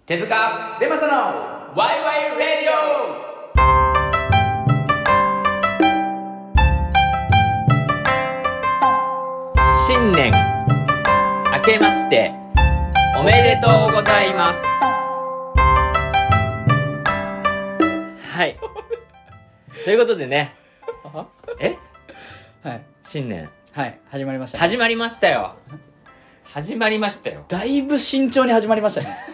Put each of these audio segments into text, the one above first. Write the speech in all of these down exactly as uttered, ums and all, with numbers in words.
手塚レマサのワイワイレディオ。新年明けましておめでとうございます。はい。ということでね。え？ はい。 新年。 はい。始まりました、ね。 始まりましたよ。始まりましたよ。 だいぶ慎重に始まりましたね。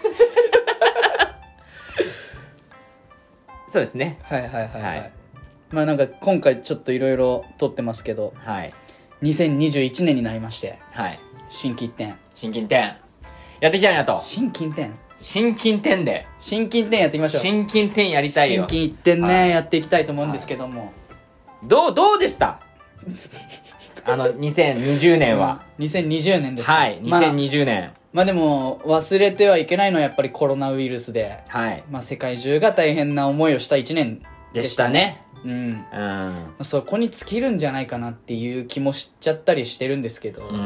そうですね。 はいはいはいはい。 はい、 まあなんか今回ちょっといろいろ撮ってますけど、 はい。 にせんにじゅういちねんになりまして、 はい。 心機一転。 心機一転。やっていきたいなと。 心機一転。 心機一転で。 心機一転やっていきましょう。 心機一転やりたいよ。 心機一転ね、 はい、 やっていきたいと思うんですけども。 どう、どうでしたあの、にせんにじゅうねんは。 うん、にせんにじゅうねんですか。 はい、にせんにじゅうねん。まあ、 まあでも、忘れてはいけないのはやっぱりコロナウイルスで、 はい。 まあ世界中が大変な思いをしたいちねんでしたね。 うん。 うん。 そこに尽きるんじゃないかなっていう気もしちゃったりしてるんですけど、 うん。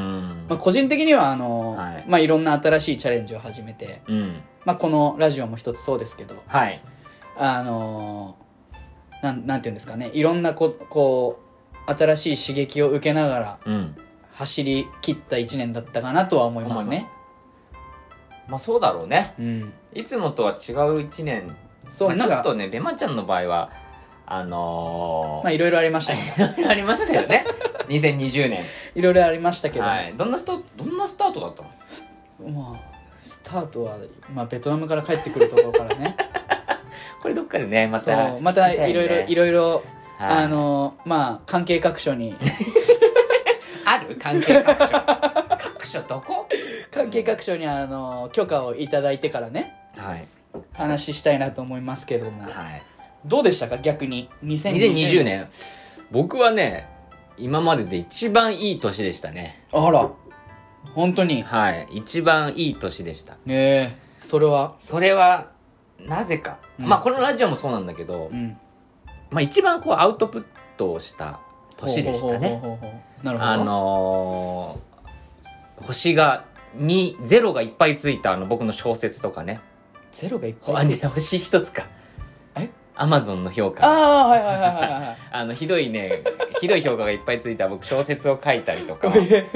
まあ個人的にはあの、 はい、 まあいろんな新しいチャレンジを始めて、 うん。 まあこのラジオも一つそうですけど、 はい。 あの、なん、なんていうんですかね、いろんなこ、こう、新しい刺激を受けながら、うん。走り切った一年だったかなとは思いますね。 まあそうだろうね。 うん。 いつもとは違う一年。 そう、 まあ、ちょっとね、ベマちゃんの場合は、あのー、 まあいろいろありましたね。いろいろありましたよね。にせんにじゅうねん。いろいろありましたけど。 はい。どんなスタート、どんなスタートだったの？ まあ、スタートは、まあベトナムから帰ってくるところからね。 これどっかでね、また、 そう、またいろいろ、いろいろ、あの、まあ、関係各所に。 ある関係各所。各所どこ？ 関係各所にあの許可をいただいてからね、はい、話したいなと思いますけれども、はい、どうでしたか逆ににせんにじゅうねん。 僕はね、今までで一番いい年でしたね。 あら、本当に？ はい、一番いい年でした。 ねえ、それは？それはなぜか、うん、まあこのラジオもそうなんだけど、うん、まあ一番こうアウトプットをした年でしたね。 なるほど。 あのー、星がに、ゼロがいっぱいついたあの僕の小説とかね。 ゼロがいっぱいついた？ 星一つか。え？アマゾンの評価。 ああ、はいはいはいはいはい。 あの、ひどいね、ひどい評価がいっぱいついた僕小説を書いたりとか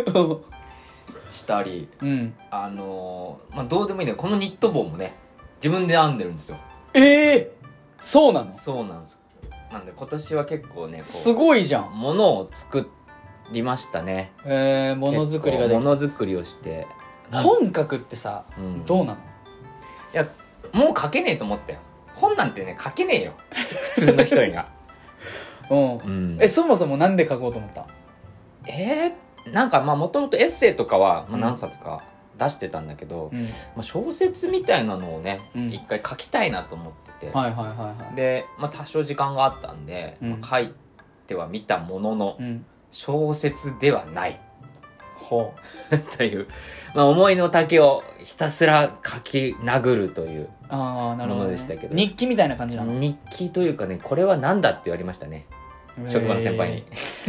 したり、うん、あのー、まあどうでもいいんだけど、このニット帽もね、自分で編んでるんですよ。 ええー、そうなの？ そうなんです。なんで今年は結構ね、こうすごいじゃん。 物を作りましたね。 えー、物作りができる。 物作りをして。 本書くってさ、うん、どうなの？ いや、もう書けねえと思ったよ。本なんてね、書けねえよ。普通の人にが。 うん、うん。え、そもそもなんで書こうと思った？ えー、なんかまあもともとエッセイとかは、まあ、何冊か出してたんだけど、うんまあ、小説みたいなのをね、うん、一回書きたいなと思ってて。 はいはいはいはい。で、 まあ多少時間があったんで、うんまあ、書いてはみたものの、うん、小説ではない。 ほうという、まあ、思いの丈をひたすら書き殴るというものでしたけど、 日記みたいな感じなの？ 日記というかね、これは何だって言われましたね、職場の先輩に。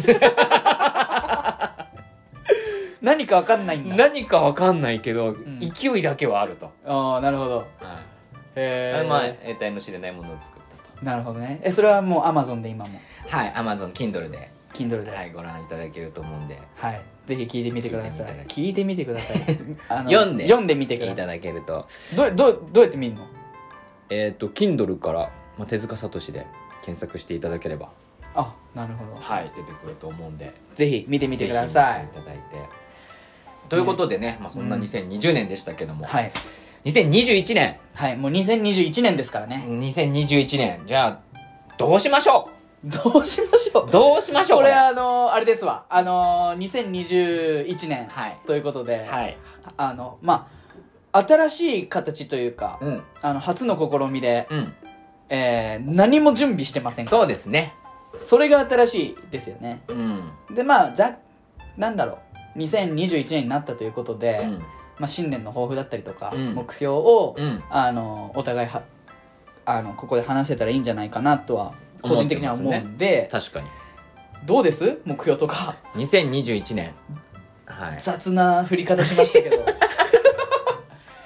何か分かんないんだ。 何か分かんないけど、うん、勢いだけはあると。 ああ、なるほど。はい、 へえ。まあ得体の知れないものを作ったと。 なるほどね。え、それはもう Amazon で今も？ はい、Amazon Kindle で Kindle で、 はい、ご覧いただけると思うんで、 はい、ぜひ聞いてみてください。聞いてみてください。 あの読んで読んでみてください。 いただけると。 どどどうやって見るの？ えっ、ー、と Kindle から、まあ、手塚聡で検索していただければ、 あ、なるほど、 はい出てくると思うんで、 ぜひ見てみてください。 いただいて。ということでね、まあそんなにせんにじゅうねんでしたけども、 うん、はい。 にせんにじゅういちねん、はい、もうにせんにじゅういちねんですからね。 にせんにじゅういちねん、じゃあどうしましょう？ どうしましょうどうしましょうこれあのー、あれですわ。あのー、にせんにじゅういちねん、はい、ということで、はい、あの、まあ、新しい形というか、うん、あの、初の試みで、うん、えー、何も準備してませんから。 そうですね。 それが新しいですよね。 うん、 で、まあ、ざ、なんだろう、にせんにじゅういちねんになったということで、うん、まあ、新年の抱負だったりとか、うん、目標を、うん、あの、お互いは、あの、ここで話せたらいいんじゃないかなとは、個人的には思うんで、ね、 確かにどうです目標とか。 にせんにじゅういちねん、 はい、雑な振り方しましたけど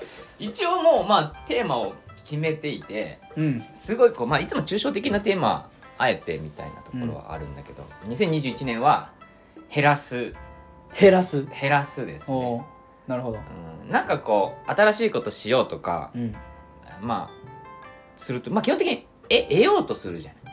一応もうまあテーマを決めていて、うん、すごいこう、まあ、いつも抽象的なテーマあえてみたいなところはあるんだけど、うん、にせんにじゅういちねんは減らす減らす減らすですね。 なるほど、 うん、なんかこう新しいことしようとか、うん、まあすると、まあ、基本的にえ得ようとするじゃない、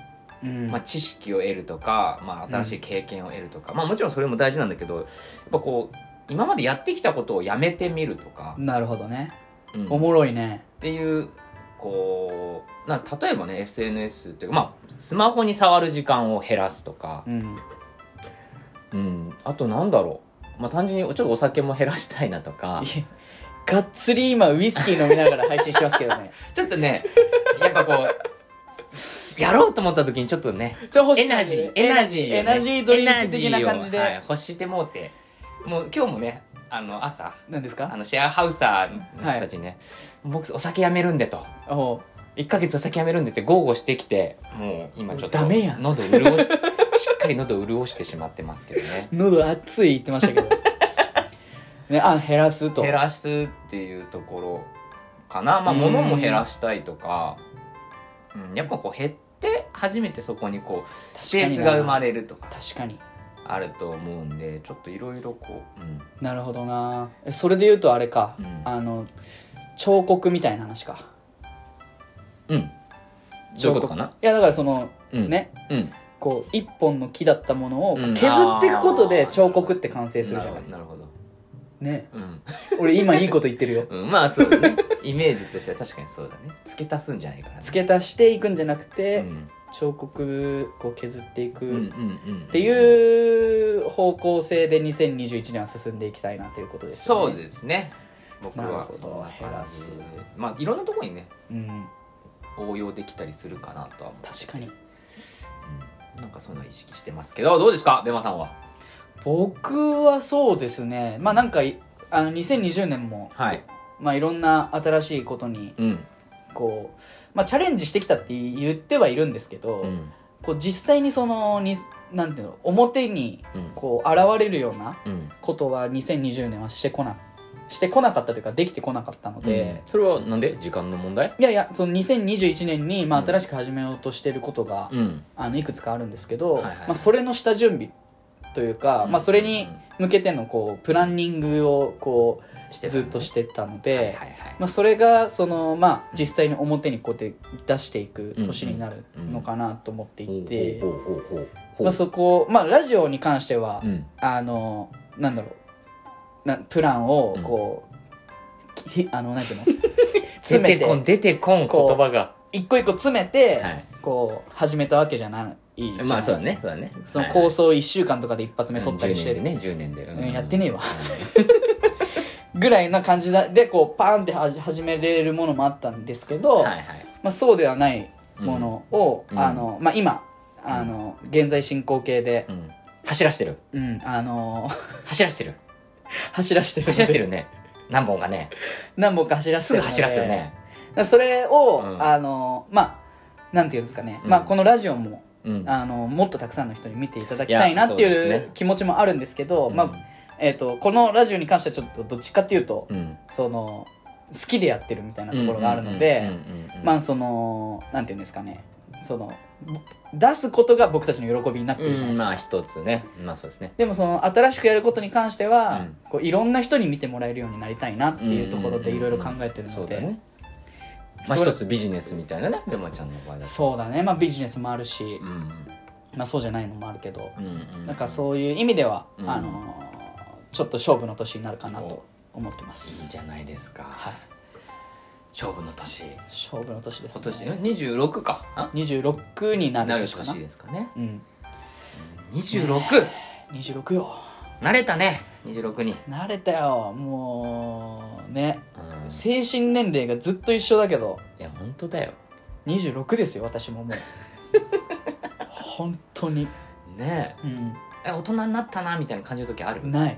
うんまあ、知識を得るとか、まあ、新しい経験を得るとか、うんまあ、もちろんそれも大事なんだけど、やっぱこう今までやってきたことをやめてみるとか。 なるほどね、うん、おもろいねっていうこうな例えばね エスエヌエス っていうか、まあ、スマホに触る時間を減らすとか、うんうん、あとなんだろう、まあ、単純にちょっとお酒も減らしたいなとかがっつり今ウイスキー飲みながら配信してますけどねちょっとねやっぱこうやろうと思った時にちょっとねエナジーエナジー、ね、 エナジードリンク的な感じで、 はい、欲してもうてもう今日もねあの朝何ですかあのシェアハウサーの人たちにね、はい、僕お酒やめるんでといっかげつお酒やめるんでって豪語してきてもう今ちょっとダメや喉潤ししっかり喉潤してしまってますけどね喉熱い言ってましたけどね、あ減らすと減らすっていうところかな。まあ物も減らしたいとか、うん、やっぱこう減って初めてそこにこうスペースが生まれるとか確かにあると思うんで、ちょっといろいろこう、うん、 なるほどな。それで言うとあれか、うん、あの彫刻みたいな話か。 うんどういうことかな。いやだからその、うん、ね、うん、こう一本の木だったものを削っていくことで彫刻って完成するじゃない。 なるほどね、うん、俺今いいこと言ってるよ、 うん、まあそうだねイメージとしては確かにそうだね。付け足すんじゃないかな、ね、 付け足していくんじゃなくて、うん、彫刻を削っていくっていう方向性でにせんにじゅういちねんは進んでいきたいなということですね。 そうですね。僕は減らす、 まあいろんなところにね、うん、応用できたりするかなとは思う。 確かに、 うん、なんかそんな意識してますけど、どうですかベマさんは。 僕はそうですね、まあなんかあのにせんにじゅうねんも、はい、まあいろんな新しいことに、うん、こうまあチャレンジしてきたって言ってはいるんですけど、うん、こう実際にそのになんていうの表にこう現れるようなことはにせんにじゅうねんはしてこなしてこなかったというかできてこなかったので、うん、 それはなんで時間の問題？ いやいやそのにせんにじゅういちねんにまあ新しく始めようとしていることが、うん、あのいくつかあるんですけど、はいはいはい、まあそれの下準備というか、まあ、それに向けてのこうプランニングをこうずっとしてたので、まあ、それがその、まあ、実際に表にこうやって出していく年になるのかなと思っていて、そこ、まあ、ラジオに関しては、うん、あのなんだろうなプランをこう、うん、あのなんていうの詰めて出てこん言葉が一個一個詰めて、はい、こう始めたわけじゃない。いいまあそうだねそうだね。 その構想いっしゅうかんとかで一発目撮ったりしてる、 うん、じゅうねんでねじゅうねんで、 うん、やってねえわぐらいな感じでこうパーンって始めれるものもあったんですけど、はいはい、まあ、そうではないものを、うん、あのまあ、今あの現在進行形で、 うん、走らしてる、 うん、あの走らしてる走らしてる走らしてるね。何本かね何本か走らせてるすぐ走らせてるね。 それを、うん、あのまあなんていうんですかね、うん、まあこのラジオもうん、あのもっとたくさんの人に見ていただきたいなっていう気持ちもあるんですけど、まあえー、とこのラジオに関してはちょっとどっちかっていうと、うん、その好きでやってるみたいなところがあるので、まあそのなんていうんですかね、その出すことが僕たちの喜びになってるじゃないですか、 うん、まあ一つね、まあそうですね。 でもその新しくやることに関しては、うん、こういろんな人に見てもらえるようになりたいなっていうところでいろいろ考えてるので、 まあ、一つビジネスみたいなね、ベマちゃんの場合だと。 そうだね、まあ、ビジネスもあるし、うん、まあ、そうじゃないのもあるけど、うんうんうん、なんかそういう意味では、うん、あのちょっと勝負の年になるかなと思ってます。 いいじゃないですか、はい、勝負の年勝負の年ですね。 今年にじゅうろくかにじゅうろくになる年かな。なる年ですかね、うん、にじゅうろく、ね、にじゅうろくよ。 慣れたねにじゅうろくに。 慣れたよもうね、うん、精神年齢がずっと一緒だけど。 いや本当だよ、 にじゅうろくですよ私ももう本当にねえ、うん、え大人になったなみたいな感じの時ある？ ない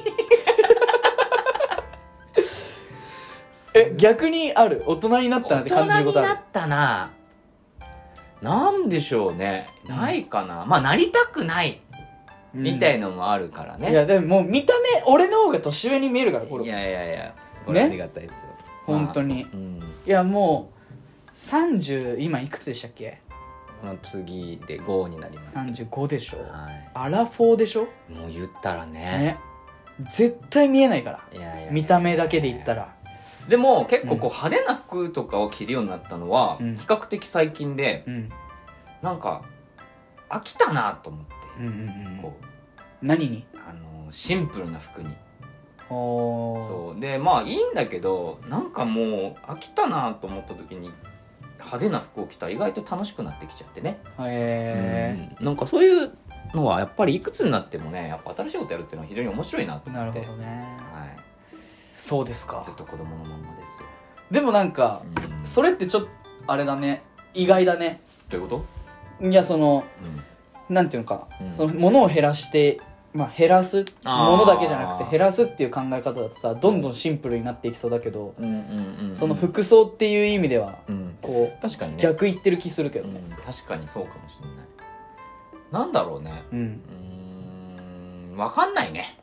え逆にある？大人になったなって感じることある？ 大人になったな、なんでしょうね、ないかな、うん、まあなりたくないみたいのもあるからね、 うん、いやでももう見た目俺の方が年上に見えるからこれ。 いやいやいやこれありがたいですよ、ね、 本当に、 まあうん、 いやもうさんじゅう今いくつでしたっけ？ 次でごになります。 さんじゅうごでしょ、 はい、 アラフォーでしょ。 もう言ったらねね、絶対見えないから。 いやいやいや見た目だけで言ったら。 でも結構こう派手な服とかを着るようになったのは、うん、比較的最近で、うん、なんか飽きたなと思って、うんうんうん、こう何にあのシンプルな服に。そうでまあいいんだけど、なんかもう飽きたなと思った時に派手な服を着たら意外と楽しくなってきちゃってね。へえ、うん、なんかそういうのはやっぱりいくつになってもね、やっぱ新しいことやるっていうのは非常に面白いなと思って。なるほどね、はい、 そうですか。 ずっと子供のままですよ。 でもなんか、うん、それってちょっとあれだね、意外だね。 どういうこと？ いやその、うん、なんていうのか、うん、その物を減らしてまあ、減らすものだけじゃなくて減らすっていう考え方だとさ、どんどんシンプルになっていきそうだけど、うんうんうんうん、その服装っていう意味では、うん、こう確かに、ね、逆いってる気するけどね、 うん、確かにそうかもしれない。なんだろうね、うん、うーん分かんないね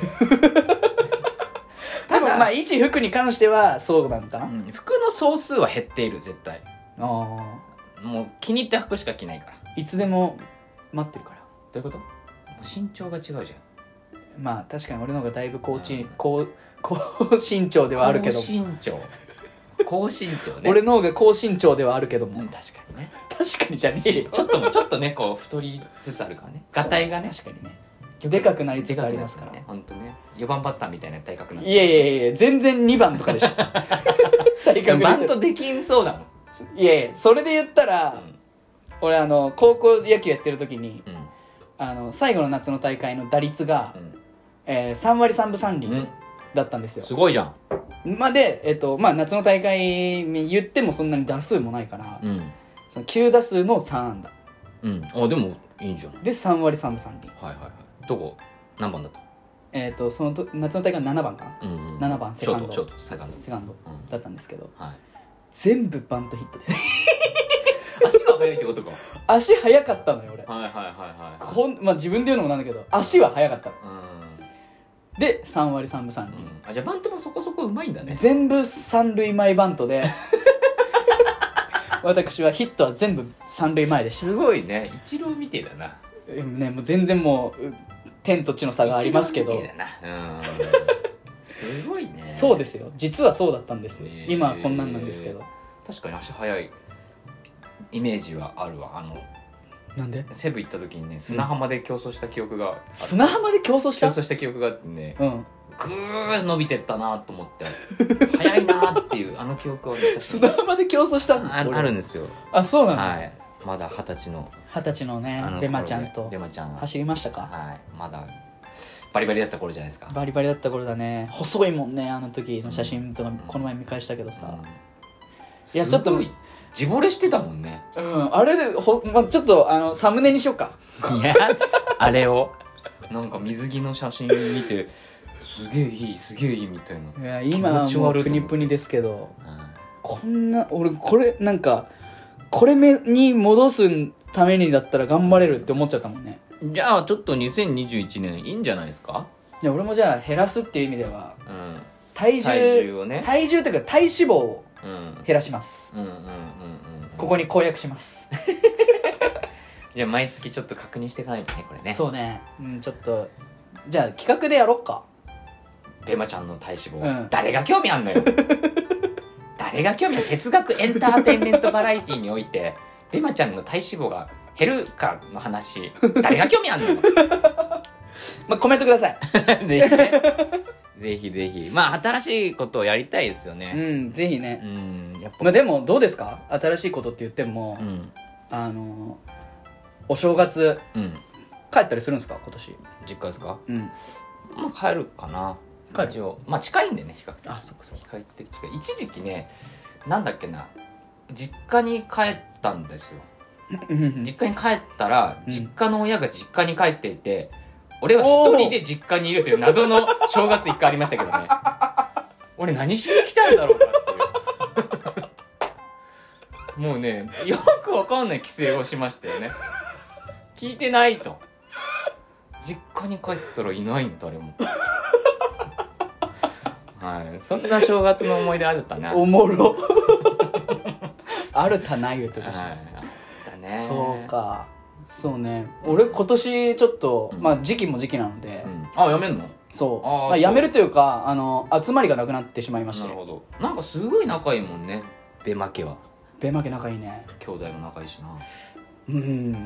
多分まあ一服に関してはそうなのかな、うん、 服の総数は減っている絶対。あもう気に入った服しか着ないから。 いつでも待ってるから。 どういうこと？身長が違うじゃん。 まあ確かに俺の方がだいぶ高身、高、高身長ではあるけど、 高身長高身長ね。 俺の方が高身長ではあるけども、うん、 確かにね。 確かにじゃねえよ。 ちょっともちょっとねこう太りつつあるからね、ガタイがね。 確かにね、でかくなりつつありますからね。 本当ね、よばんバッターみたいな体格になって。 いやいやいや全然にばんとかでしょ体格バントできんそうだもん。いやいやそれで言ったら、うん、俺あの高校野球やってる時に、うんあの最後の夏の大会の打率が、うんえー、さんわりさんぶさんりんだったんですよ、うん、すごいじゃん。 まあ、で、えっとまあ、夏の大会言ってもそんなに打数もないから、うん、そのきゅうだすうのさんあんだ、 うん、あでもいいじゃん。 でさんわりさんぶさんりん。 はいはいはい。どこ何番だった？ えっとそのと夏の大会ななばんかな、うんうん、ななばんセカンドショートセカンドセカンドだったんですけど、 うんはい、 全部バントヒットです足が速いってことか。 足速かったのよ俺。 はいはいはいはい、 こん、まあ、自分で言うのもなんだけど足は速かったの、うん、でさんわりさんぶさんりん、うん、 あじゃあバントもそこそこうまいんだね。 全部三塁前バントで私はヒットは全部三塁前でした。 すごいね、イチローみてえだな。 ね、もう全然もう天と地の差がありますけど。イチローみてえだな。うんすごいね。 そうですよ、実はそうだったんですよ、えー、今はこんなんなんですけど。 確かに足速いイメージはあるわ。あのなんでセブ行った時にね、砂浜で競争した記憶が、うん、 砂浜で競争した競争した記憶があってね、うん、ぐー伸びてったなと思って速いなっていうあの記憶を、ね、 砂浜で競争したんだ。 あ, あるんですよ。 あそうなの、 はい、まだ二十歳の二十歳のねレマちゃんとレマちゃん走りましたか。 はい、まだバリバリだった頃じゃないですか。 バリバリだった頃だね。細いもんね、あの時の写真とかこの前見返したけどさ、うんうん、いやちょっと自惚れしてたもんね。 うん、あれでほ、ま、ちょっとあのサムネにしようか。 いやあれをなんか水着の写真見てすげえいいすげえいいみたいな。 いや今はもうプニプニですけど、うん、こんな俺これなんかこれ目に戻すためにだったら頑張れるって思っちゃったもんね。 じゃあちょっとにせんにじゅういちねんいいんじゃないですか。 いや俺もじゃあ減らすっていう意味では、うん、 体重体重をね体重というか体脂肪を減らします、うん、うんうんうんうん、ここに公約しますじゃあ毎月ちょっと確認していかないとねこれね。 そうね、うん、ちょっとじゃあ企画でやろっか。 ベマちゃんの体脂肪、うん、誰が興味あんのよ誰が興味ある。哲学エンターテインメントバラエティにおいてベマちゃんの体脂肪が減るかの話誰が興味あんのまあコメントくださいぜひねぜひぜひ。まあ新しいことをやりたいですよね。 うんぜひね。うんやっぱ、まあ、でもどうですか新しいことって言っても、うん、あのお正月、うん、帰ったりするんですか今年。 実家ですか。うんまあ帰るかな。帰るよ。まあ近いんでね比較的。あそこそこ比較的近い。一時期ねなんだっけな実家に帰ったんですよ実家に帰ったら実家の親が実家に帰っていて、うん、俺は一人で実家にいるという謎の正月一回ありましたけどね俺何しに来たんだろうかっていうもうねよくわかんない帰省をしましたよね。聞いてないと実家に帰ったらいないの誰もはい、そんな正月の思い出あるったねおもろあるたな言うてるし、はい、あったね。 そうか、そうね、俺今年ちょっと、うん、まあ時期も時期なので、 うん、あ、やめんの？ そう、あ、まあ、やめるというか、あの集まりがなくなってしまいまして。 なるほど。なんかすごい仲いいもんね、ベマ家は。 ベマ家仲いいね。 兄弟も仲いいしな。 うん、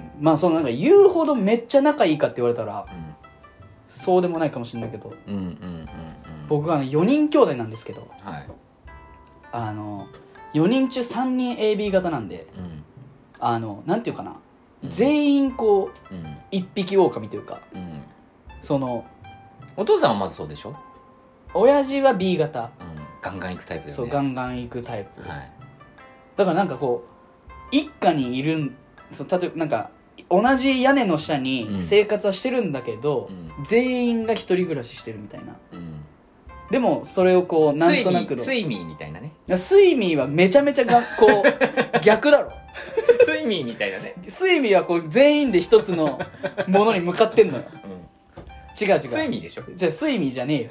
まあそのなんか言うほどめっちゃ仲いいかって言われたら、うん、そうでもないかもしれないけど、うんうんうんうん、僕はよにん兄弟なんですけど、はい、あのよにん中さんにん エービー 型なんで、うん、あのなんていうかな、うん、全員こう、うん、一匹狼というか、うん、そのお父さんはまずそうでしょ。 親父は ビー 型、うん、 ガンガン行くタイプだよね。 そう、ガンガン行くタイプ、はい、だからなんかこう一家にいる、そう例えばなんか同じ屋根の下に生活はしてるんだけど、うん、全員が一人暮らししてるみたいな、うん、でもそれをこうなんとなくのスイミーみたいなね。 スイミーはめちゃめちゃがこう逆だろスイミーみたいなね。 スイミーはこう全員で一つのものに向かってんのよ、うん、違う違う、 スイミーでしょ。 じゃあスイミーじゃねえよ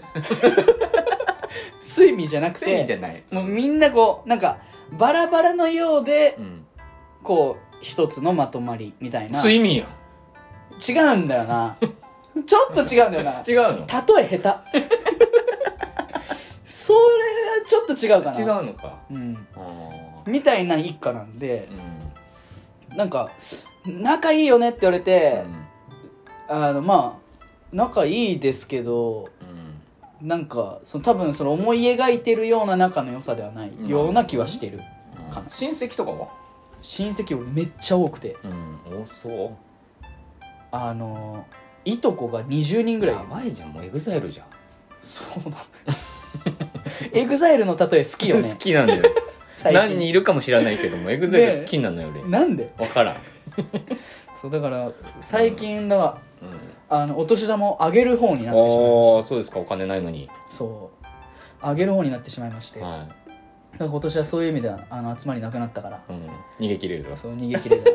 スイミーじゃなくて、 スイミーじゃない、 もうみんなこうなんかバラバラのようで、うん、こう一つのまとまりみたいな。 スイミーや違うんだよなちょっと違うんだよな違うの？ 例え下手それはちょっと違うかな。 違うのか、うん、 みたいな一家なんで、うん、なんか仲いいよねって言われて、うん、あのまあ仲いいですけど、うん、なんかその多分その思い描いてるような仲の良さではないような気はしてるかな、うん、 親戚とかは？ 親戚めっちゃ多くて、 うん、多そう。 あのいとこがにじゅうにんぐらい。 やばいじゃん、もうエグザイルじゃん。 そうなのエグザイルの例え好きよね好きなんだよ何人いるかも知らないけどもエグザイル好きなのよ、ね、俺。 なんで分からんそうだから最近だ、うん、あのお年玉をあげる方になってしまいました。 ああ、そうですか。お金ないのに。 そうあげる方になってしまいまして、はい、だから今年はそういう意味ではあの集まりなくなったから、うん、 逃げ切れると。 そう逃げ切れる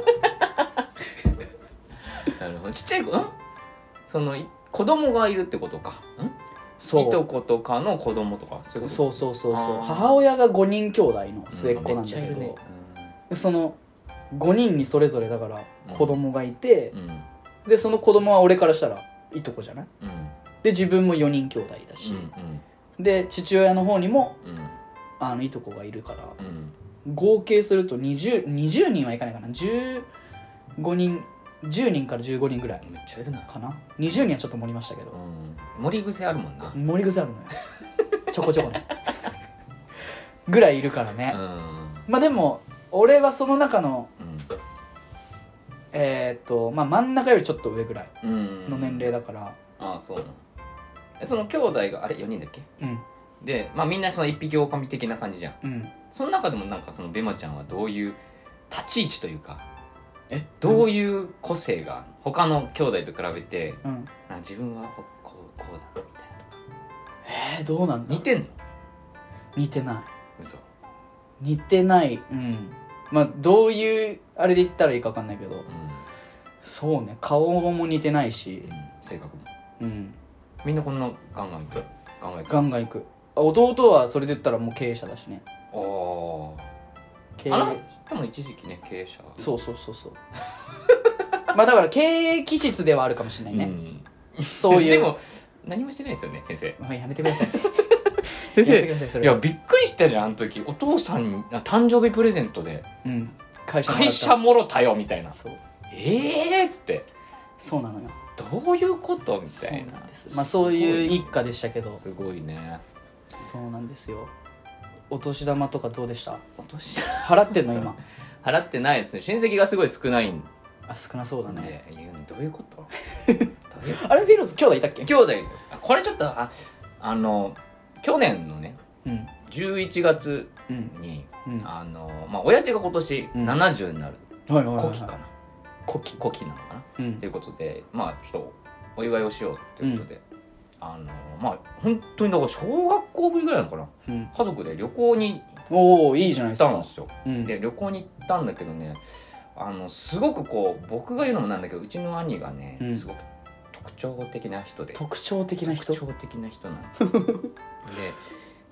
なるほど。ちっちゃい子、んその子供がいるってことか。んそういとことかの子供とか。 そうそうそうそうそう。母親がごにん兄弟の末っ子なんだけど、うんね、うん、そのごにんにそれぞれだから子供がいて、うん、でその子供は俺からしたらいとこじゃない、うん、で自分もよにん兄弟だし、うんうん、で父親の方にも、うん、あのいとこがいるから、うん、合計するとにじゅう、にじゅうにんはいかないかな、じゅうごにんじゅうにんからじゅうごにんぐらいめっちゃいるなかな。にじゅうにんはちょっと盛りましたけど、 うん、盛り癖あるもんな。 盛り癖あるのよちょこちょこねぐらいいるからね、うん、まあでも俺はその中の、うん、えー、っとまあ真ん中よりちょっと上ぐらいの年齢だから、 うん、ああそうなの。その兄弟があれよにんだっけ、うん、でまあみんなその一匹狼的な感じじゃん、うん、その中でもなんかそのベマちゃんはどういう立ち位置というか、えどういう個性が他の兄弟と比べて、うん、なん自分はこう、こうだみたいなとか。 えー、どうなんだ。 似てんの？ 似てない。 嘘。 似てない。うん。まあどういうあれで言ったらいいか分かんないけど、うん、そうね、顔も似てないし、うん、 性格も。うん。みんなこんなガンガンいく。ガンガンいく。 ガンガンいく。弟はそれで言ったらもう経営者だしね。ああ。経営あなたも一時期ね経営者。 そうそうそうそうまあだから経営気質ではあるかもしれないね、うん、そういうでも何もしてないですよね先生。 まあ、やめてください先生。いやびっくりしたじゃんあの時。お父さんに誕生日プレゼントで、うん、会社会社もろたよみたいな。そうええー、っつって。 そうなのよ。 どういうことみたいな。 そうなんです。まあそういう一家でしたけど。 すごいね。 そうなんですよ。お年玉とかどうでした？ お年払ってんの今？ 払ってないですね。親戚がすごい少ないん。 あ、少なそうだね。 どういうこと？ あれフィロス兄弟いたっけ？ 兄弟。これちょっとああの去年のね、うん、じゅういちがつに、うん、あのまあ親父が今年ななじゅうになる。古希かな。古希古希なのかな、うん、ということでまあちょっとお祝いをしようということで。うんあのまあ本当にだから小学校ぶりぐらいなのかな、うん、家族で旅行におーいいじゃないですか行ったんですよ、うん、で旅行に行ったんだけどねあのすごくこう僕が言うのもなんだけどうちの兄がね、うん、すごく特徴的な人で特徴的な人特徴的な人なので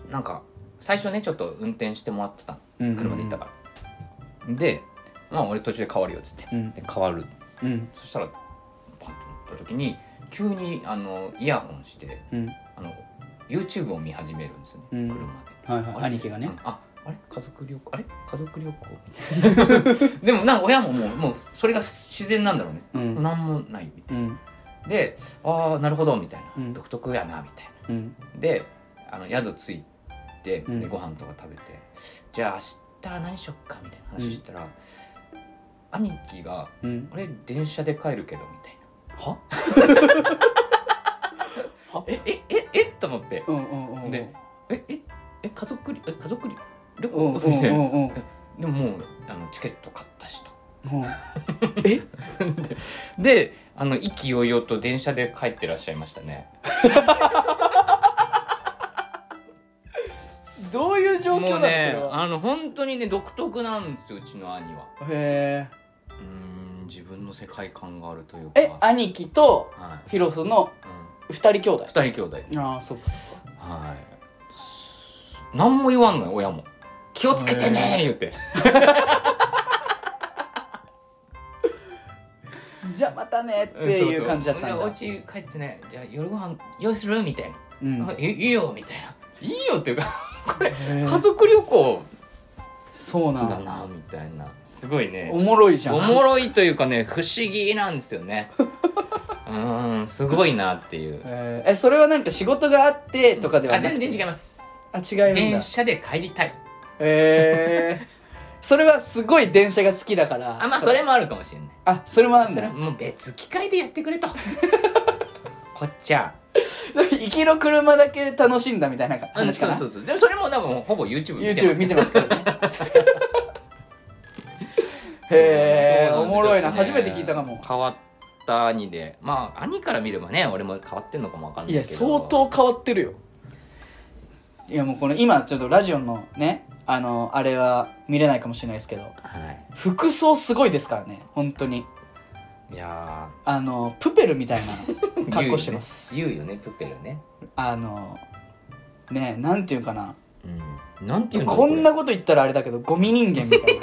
なんか最初ねちょっと運転してもらってたの、うんうんうん、車で行ったからで、まあ俺途中で変わるよっつって、うん、で変わる、うん、そしたらパンってなった時に急にあのイヤホンして、うん、あの YouTube を見始めるんですよね、うん、車で、はいはい、兄貴がね、うん、 ああれ家族旅行あれ家族旅行でもなんか親ももう、もうそれが自然なんだろうね、うん、なんもないみたいな、うん、でああなるほどみたいな、うん、独特やなみたいな、うん、であの宿着いて、うん、でご飯とか食べてじゃあ明日何しよっかみたいな話してたら、うん、兄貴が、うん、あれ電車で帰るけどみたいなははええええと思って、うんうんうん、でえええ家族りえ家族り旅行、うんうんうんうん、でももうあのチケット買ったしと、うん、えで, であの意気揚々と電車で帰ってらっしゃいましたねどういう状況なんですか？ もうねあの本当にね独特なんですようちの兄は。 へえ。 うーん自分の世界観があるというか。 え兄貴とフィロスのふたり兄弟、 ふたり兄弟。 ああそうかそうか。 はい。何も言わんのよ親も。気をつけてねー言ってじゃあまたねっていう感じだったんだ。 そうそうお家帰ってねじゃあ夜ご飯用意するみたいな、うん、いいよみたいないいよっていうかこれ家族旅行そうなんだなみたいなすごいねおもろいじゃん。 おもろいというかね不思議なんですよねうんすごいなっていうえー、えそれはなんか仕事があってとかではなくて、 うん、あ全然違います。 あ違います。 電車で帰りたい。 えーそれはすごい電車が好きだから。 あまあそれもあるかもしれない。 あそれもあるんだ。それもう別機会でやってくれとこっちゃ行きの車だけ楽しんだみたいな話かな、うん、 そうそうそう。でもそれも多分ほぼ YouTube 見てます YouTube 見てますからねへえおもろいな、ね、初めて聞いたかも。 変わった兄でまあ兄から見ればね俺も変わってんのかも分かんないけど。 いや相当変わってるよ。いやもうこの今ちょっとラジオのねあのあれは見れないかもしれないですけど、はい、服装すごいですからね本当に。 いやあのプペルみたいな格好してます言うよねプペルね。 あのねなんていうかな、 うん、なんていうのこんなこと言ったらあれだけどゴミ人間みたいな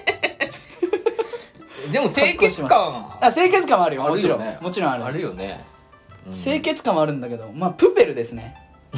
でも清潔感あ清潔感もあるよもちろん、ね、もちろんあるあるよね、 うん、清潔感もあるんだけどまあプペルですね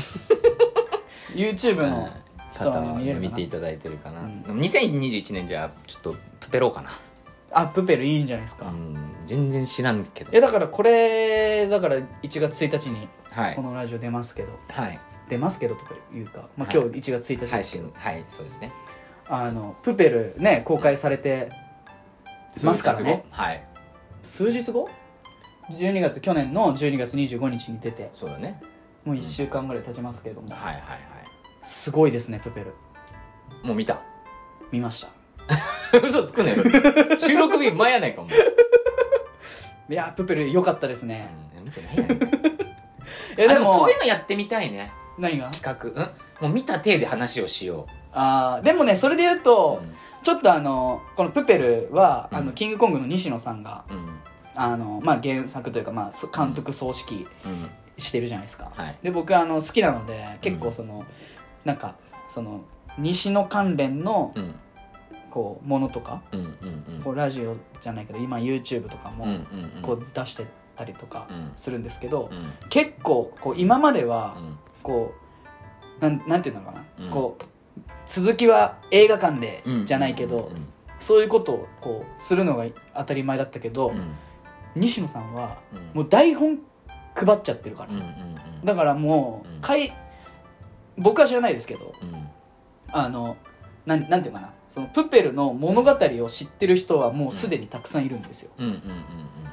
YouTube の人は見れるかな。 見ていただいてるかな、うん、にせんにじゅういちねんじゃちょっとプペろうかな。 あプペルいいんじゃないですか、 うん、全然知らんけど。 いやだからこれだからいちがつついたちにこのラジオ出ますけど、はい、出ますけどとかいうか、まあ、今日いちがつついたちですけど、 はい、はい、そうですね。 あのプペルね公開されてますからね、 はい、 数日後じゅうにがつ去年のじゅうにがつにじゅうごにちに出てそうだねもういっしゅうかんぐらい経ちますけれども、うん、 はいはいはいすごいですねプペル。 もう見た見ました嘘つくね収録日前やないかもいやプペル良かったですね、 うん、見てないやんいやでもそういうのやってみたいね。 何が企画、うん、もう見た体で話をしよう。 あでもねそれで言うと、うん、ちょっとあのこのプペルは、うん、あのキングコングの西野さんが、うん、あのまあ、原作というか、まあ、監督総指揮してるじゃないですか、はい、で僕あの好きなので結構その、うん、なんかその西野関連の、うんこうものとか、うんうんうん、こうラジオじゃないけど今 YouTube とかもこう出してたりとかするんですけど、うんうん、結構こう今まではこうなん、なんていうのかな、うん、こう続きは映画館でじゃないけど、うんうんうん、そういうことをこうするのが当たり前だったけど、うん、西野さんはもう台本配っちゃってるから、うんうんうん、だからもうかい僕は知らないですけど、うん、あのなん、なんていうかなそのプペルの物語を知ってる人はもうすでにたくさんいるんですよ、うんうんうんうん、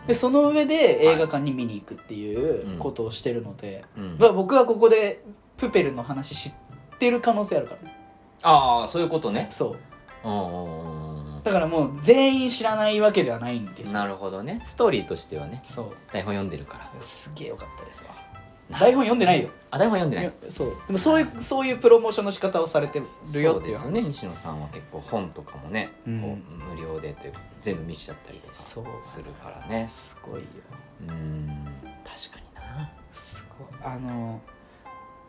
でその上で映画館に見に行くっていうことをしてるので、はいうん、僕はここでプペルの話知ってる可能性あるからね。 ああそういうことね。 そうだからもう全員知らないわけではないんですよ。 なるほどね。ストーリーとしてはね。 そう台本読んでるからすげえよかったですわ。台本読んでないよ。 あ台本読んでない。 そうでもそういうそういうプロモーションの仕方をされてるよっていう話。 そうですよね。西野さんは結構本とかもね、うん、こう無料でというか全部見しちゃったりとかするからね。 すごいよ。 うん確かにな。 すごいあの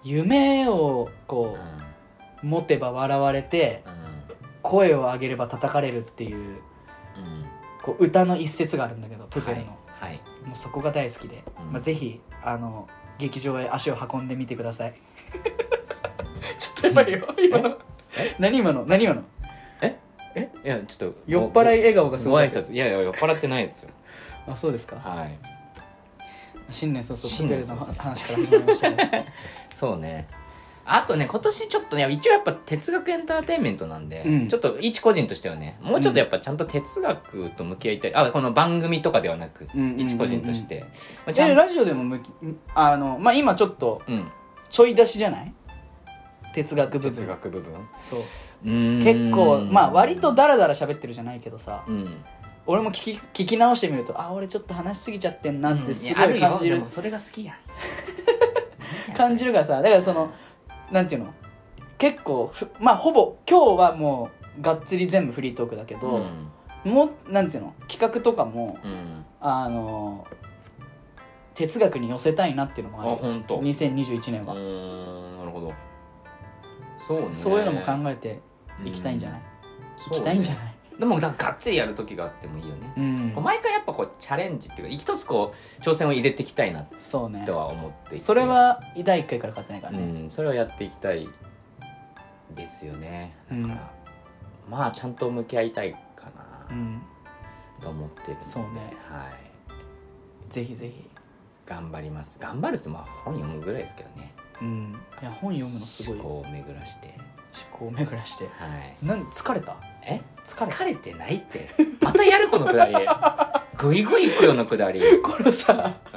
夢をこう、うん、持てば笑われて、うん、声を上げれば叩かれるっていう、うん、こう歌の一節があるんだけどプペルの、はいはい、もうそこが大好きで、うんまあ、ぜひあの劇場へ足を運んでみてくださいちょっとやばいよ今の何今の何今のええいやちょっと酔っ払い笑顔がすごいご挨拶いやいや酔っ払ってないですよあそうですかはい新年早々プペルの話から始まりましたねそうねあとね今年ちょっとね一応やっぱ哲学エンターテインメントなんで、うん、ちょっと一個人としてはねもうちょっとやっぱちゃんと哲学と向き合いたい、うん、あこの番組とかではなく、うんうんうんうん、一個人として、 まあ、じゃあラジオでも向きあのまあ今ちょっとちょい出しじゃない、哲学部分哲学部分そううーん結構まあ割とダラダラ喋ってるじゃないけどさ、うん、俺も聞き、聞き直してみるとあ俺ちょっと話しすぎちゃってんなってすごい感じる、 うん、でもそれが好きやん感じるからさだからそのなんていうの結構まあほぼ今日はもうがっつり全部フリートークだけど、うん、もうなんていうの企画とかも、うん、あの哲学に寄せたいなっていうのもあるあ本当にせんにじゅういちねんはうーんなるほどそうねそういうのも考えていきたいんじゃない、うん、行きたいんじゃない、ね、 でもがっつりやる時があってもいいよね、うん、毎回やっぱこうチャレンジっていうか一つこう挑戦を入れていきたいなそうねとは思っていてそれはだいいっかいから買ってないからね、 うん、それをやっていきたいですよねだから、うん、まあちゃんと向き合いたいかな、うん、と思ってるのでそうねはいぜひぜひ頑張ります頑張るってまあ本読むぐらいですけどねうんいや本読むのすごい思考を巡らして思考を巡らしてはいなん疲れたえ疲れ疲れてないってまたやるこのくだりグイグイいくよのくだりこのさ、うん、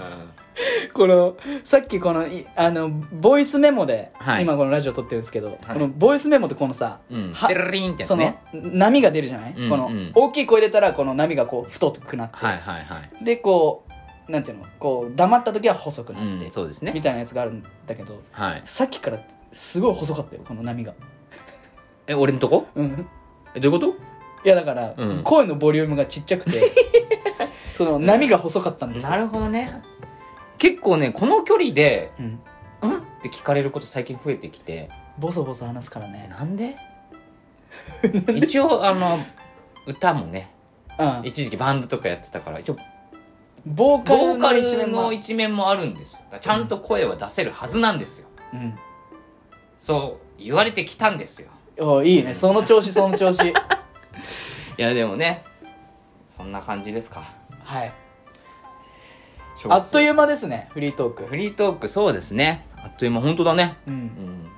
このさっきこのあのボイスメモで、はい、今このラジオ撮ってるんですけど、はい、このボイスメモってこのさ、 うん、はテルリンってやつねその波が出るじゃない、うんうん、この大きい声出たらこの波がこう太くなって、 はいはいはい、 でこうなんていうのこう黙った時は細くなって、 うん、そうですねみたいなやつがあるんだけど、 はい、 さっきからすごい細かったよこの波がえ俺のとこうんえどういうこといやだから、うん、声のボリュームがちっちゃくてその波が細かったんですよなるほどね結構ねこの距離で「うん?」うんって聞かれること最近増えてきてボソボソ話すからねなんで一応あの歌もね、うん、一時期バンドとかやってたから一応ボーカルの一面 も, の一面もあるんですよちゃんと声は出せるはずなんですよ、うん、そう言われてきたんですよおいいねその調子その調子いやでもねそんな感じですかはいあっという間ですねフリートークフリートークそうですねあっという間本当だねうん、うん、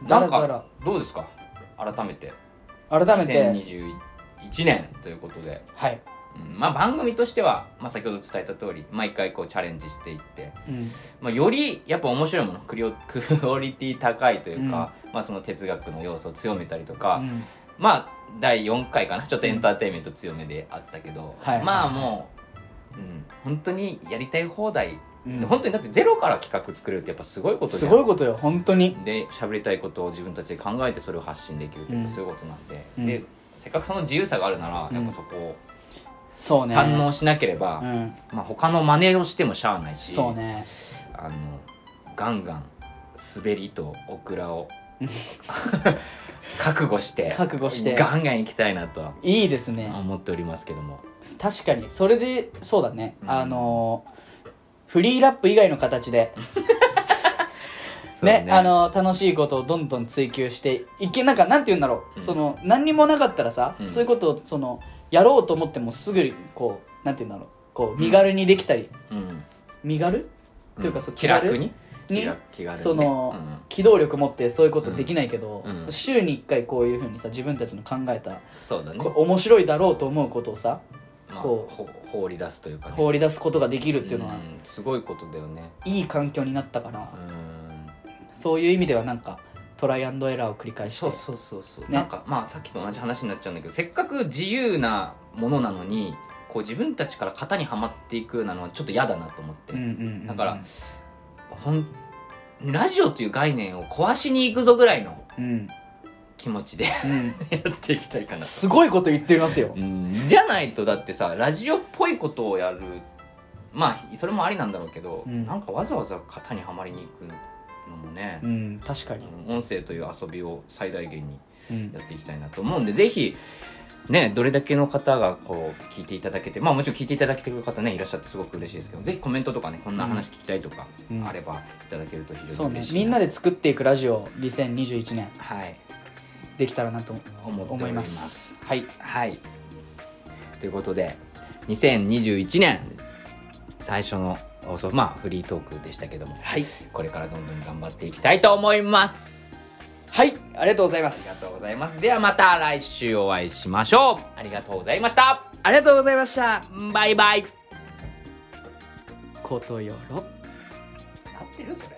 なんかどうですか改めて改めてにせんにじゅういちねんということではい、 うん、まあ番組としては、まあ、先ほど伝えた通り毎回こうチャレンジしていって、うんまあ、よりやっぱ面白いものクリオクオリティ高いというか、うんまあ、その哲学の要素を強めたりとか、うんまあだいよんかいかなちょっとエンターテインメント強めであったけど、うん、まあもう、うん、本当にやりたい放題、うん、本当にだってゼロから企画作れるってやっぱすごいことじゃんすごいことよ本当にで喋りたいことを自分たちで考えてそれを発信できるってやっぱそういうことなんで、うん、でせっかくその自由さがあるならやっぱそこを、 そうね堪能しなければ、うんまあ、他の真似をしてもしゃあないしそうねあのガンガン滑りとオクラを覚悟して覚悟してガンガン行きたいなといいですね思っておりますけども確かにそれでそうだね、うん、あのフリーラップ以外の形でね, ねあの楽しいことをどんどん追求していけなんかなんて言うんだろう、うん、その何にもなかったらさ、うん、そういうことをそのやろうと思ってもすぐこうなんて言うんだろうこう身軽にできたり、うん、身軽、うん、っていうかそう気楽にに気軽にね、その、うん、機動力持ってそういうことできないけど、うんうん、週にいっかいこういうふうにさ自分たちの考えたそうだ、ね、 面白いだろうと思うことをさ、 まあ、こう放り出すというか、ね、 放り出すことができるっていうのは、うん、 すごいことだよねいい環境になったから、うん、そういう意味ではなんかトライアンドエラーを繰り返してそうそうそうそう、ね、なんかまあさっきと同じ話になっちゃうんだけどせっかく自由なものなのにこう自分たちから型にはまっていくようなのはちょっと嫌だなと思って、うんうんうんうん、だからほんラジオという概念を壊しに行くぞぐらいの気持ちで、うん、やっていきたいかな。 すごいこと言ってますよ、 うん、じゃないとだってさラジオっぽいことをやるまあそれもありなんだろうけど、うん、なんかわざわざ型にはまりに行くのもね、 うん、確かに音声という遊びを最大限にやっていきたいなと思うんで、うん、ぜひね、どれだけの方がこう聞いていただけて、まあもちろん聞いていただけてる方ねいらっしゃってすごく嬉しいですけど、ぜひコメントとかねこんな話聞きたいとかあればいただけると非常に嬉しい、うん、そうね、 みんなで作っていくラジオにせんにじゅういちねん、 はい、 できたらなと思思います。 はい、 はい、ということでにせんにじゅういちねん最初の放送、まあフリートークでしたけども、 はい、 これからどんどん頑張っていきたいと思います。 はい、ありがとうございます。 ありがとうございます。ではまた来週お会いしましょう。ありがとうございました。 ありがとうございました。 バイバイ。 ことよろ。 合ってるそれ。